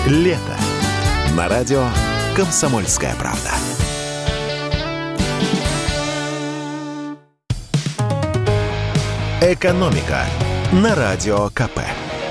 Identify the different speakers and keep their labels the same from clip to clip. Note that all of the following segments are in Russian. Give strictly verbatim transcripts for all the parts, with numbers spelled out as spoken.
Speaker 1: Лето. На радио «Комсомольская правда». «Экономика» на Радио КП.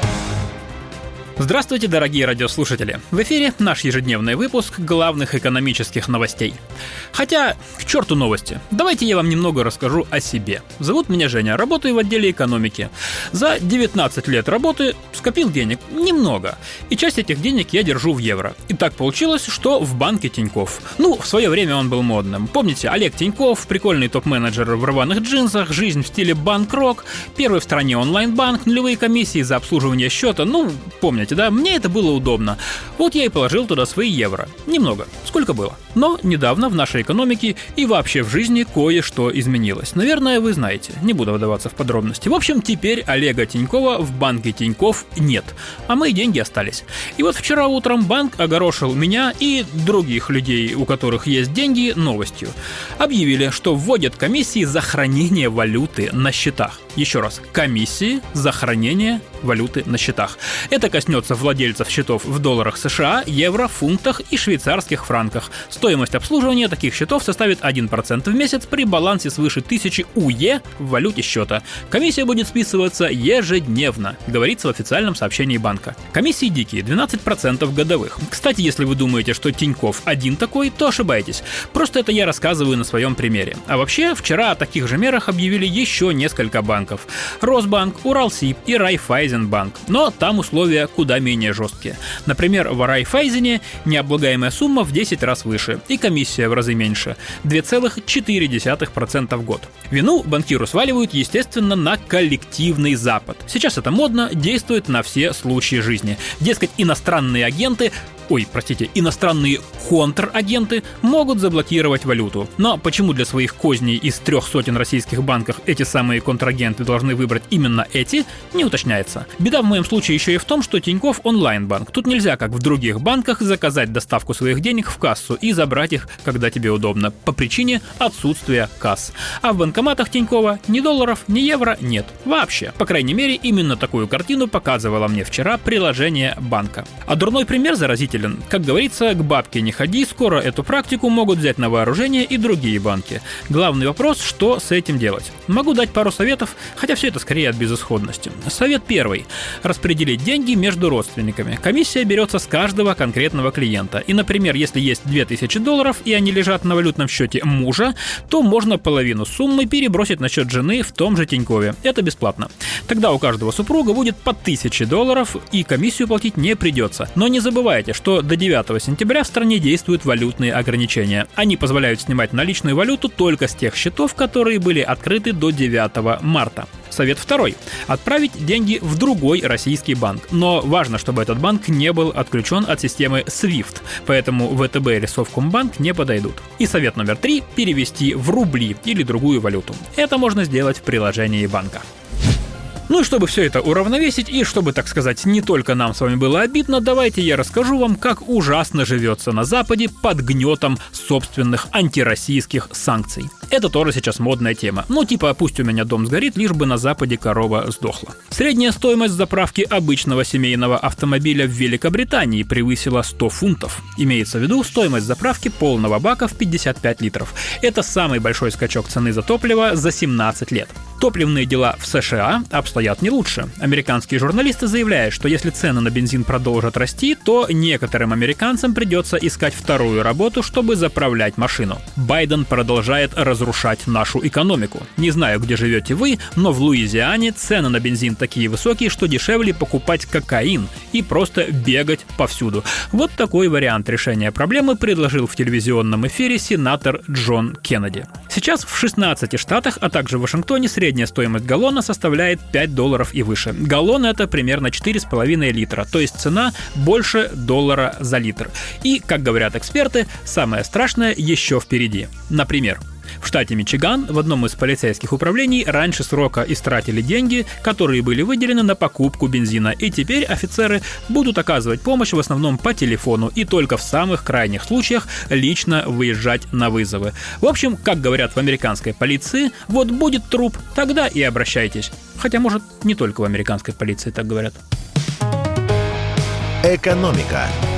Speaker 2: Здравствуйте, дорогие радиослушатели! В эфире наш ежедневный выпуск главных экономических новостей. Хотя, к черту новости, давайте я вам немного расскажу о себе. Зовут меня Женя, работаю в отделе экономики. За девятнадцать лет работы скопил денег немного, и часть этих денег я держу в евро. И так получилось, что в банке Тинькофф. Ну, в свое время он был модным. Помните, Олег Тинькофф, прикольный топ-менеджер в рваных джинсах, жизнь в стиле банк-рок, первый в стране онлайн-банк, нулевые комиссии за обслуживание счета, ну, помните, да, мне это было удобно. Вот я и положил туда свои евро. Немного. Сколько было. Но недавно в нашей экономике и вообще в жизни кое-что изменилось. Наверное, вы знаете. Не буду вдаваться в подробности. В общем, теперь Олега Тинькова в банке Тинькофф нет. А мои деньги остались. И вот вчера утром банк огорошил меня и других людей, у которых есть деньги, новостью. Объявили, что вводят комиссии за хранение валюты на счетах. Еще раз. Комиссии за хранение валюты на счетах. Это коснется владельцев счетов в долларах США, евро, фунтах и швейцарских франках. Стоимость обслуживания таких счетов составит один процент в месяц при балансе свыше тысячи УЕ в валюте счета. Комиссия будет списываться ежедневно, говорится в официальном сообщении банка. Комиссии дикие, двенадцать процентов годовых. Кстати, если вы думаете, что Тинькофф один такой, то ошибаетесь. Просто это я рассказываю на своем примере. А вообще, вчера о таких же мерах объявили еще несколько банков. Росбанк, Уралсиб и Райффайзенбанк. Но там условия куда менее жесткие. Например, в Райффайзене необлагаемая сумма в десять раз выше и комиссия в разы меньше – две целых четыре десятых процента в год. Вину банкиру сваливают, естественно, на коллективный Запад. Сейчас это модно, действует на все случаи жизни. Дескать, иностранные агенты Ой, простите, иностранные контрагенты могут заблокировать валюту. Но почему для своих козней из трех сотен российских банков эти самые контрагенты должны выбрать именно эти, не уточняется. Беда в моем случае еще и в том, что Тинькофф онлайн-банк. Тут нельзя, как в других банках, заказать доставку своих денег в кассу и забрать их, когда тебе удобно, по причине отсутствия касс. А в банкоматах Тинькова ни долларов, ни евро нет. Вообще. По крайней мере, именно такую картину показывало мне вчера приложение банка. А дурной пример заразительный. Как говорится, к бабке не ходи, скоро эту практику могут взять на вооружение и другие банки. Главный вопрос, что с этим делать. Могу дать пару советов, хотя все это скорее от безысходности. Совет первый. Распределить деньги между родственниками. Комиссия берется с каждого конкретного клиента. И, например, если есть две тысячи долларов и они лежат на валютном счете мужа, то можно половину суммы перебросить на счет жены в том же Тинькове. Это бесплатно. Тогда у каждого супруга будет по тысяче долларов и комиссию платить не придется. Но не забывайте, что что до девятого сентября в стране действуют валютные ограничения. Они позволяют снимать наличную валюту только с тех счетов, которые были открыты до девятого марта. Совет второй. Отправить деньги в другой российский банк. Но важно, чтобы этот банк не был отключен от системы свифт, поэтому ВТБ или Совкомбанк не подойдут. И совет номер три. Перевести в рубли или другую валюту. Это можно сделать в приложении банка. Ну и чтобы все это уравновесить, и чтобы, так сказать, не только нам с вами было обидно, давайте я расскажу вам, как ужасно живется на Западе под гнетом собственных антироссийских санкций. Это тоже сейчас модная тема. Ну типа, пусть у меня дом сгорит, лишь бы на Западе корова сдохла. Средняя стоимость заправки обычного семейного автомобиля в Великобритании превысила сто фунтов. Имеется в виду стоимость заправки полного бака в пятьдесят пять литров. Это самый большой скачок цены за топливо за семнадцать лет. Топливные дела в США обстоят не лучше. Американские журналисты заявляют, что если цены на бензин продолжат расти, то некоторым американцам придется искать вторую работу, чтобы заправлять машину. Байден продолжает разрушать нашу экономику. Не знаю, где живете вы, но в Луизиане цены на бензин такие высокие, что дешевле покупать кокаин и просто бегать повсюду. Вот такой вариант решения проблемы предложил в телевизионном эфире сенатор Джон Кеннеди. Сейчас в шестнадцати штатах, а также в Вашингтоне средняя стоимость галлона составляет пять долларов и выше. Галлон — это примерно четыре с половиной литра, то есть цена больше доллара за литр. И, как говорят эксперты, самое страшное еще впереди. Например, в штате Мичиган в одном из полицейских управлений раньше срока истратили деньги, которые были выделены на покупку бензина, и теперь офицеры будут оказывать помощь в основном по телефону и только в самых крайних случаях лично выезжать на вызовы. В общем, как говорят в американской полиции, вот будет труп, тогда и обращайтесь. Хотя, может, не только в американской полиции так говорят.
Speaker 1: Экономика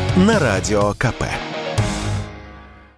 Speaker 1: на Радио КП.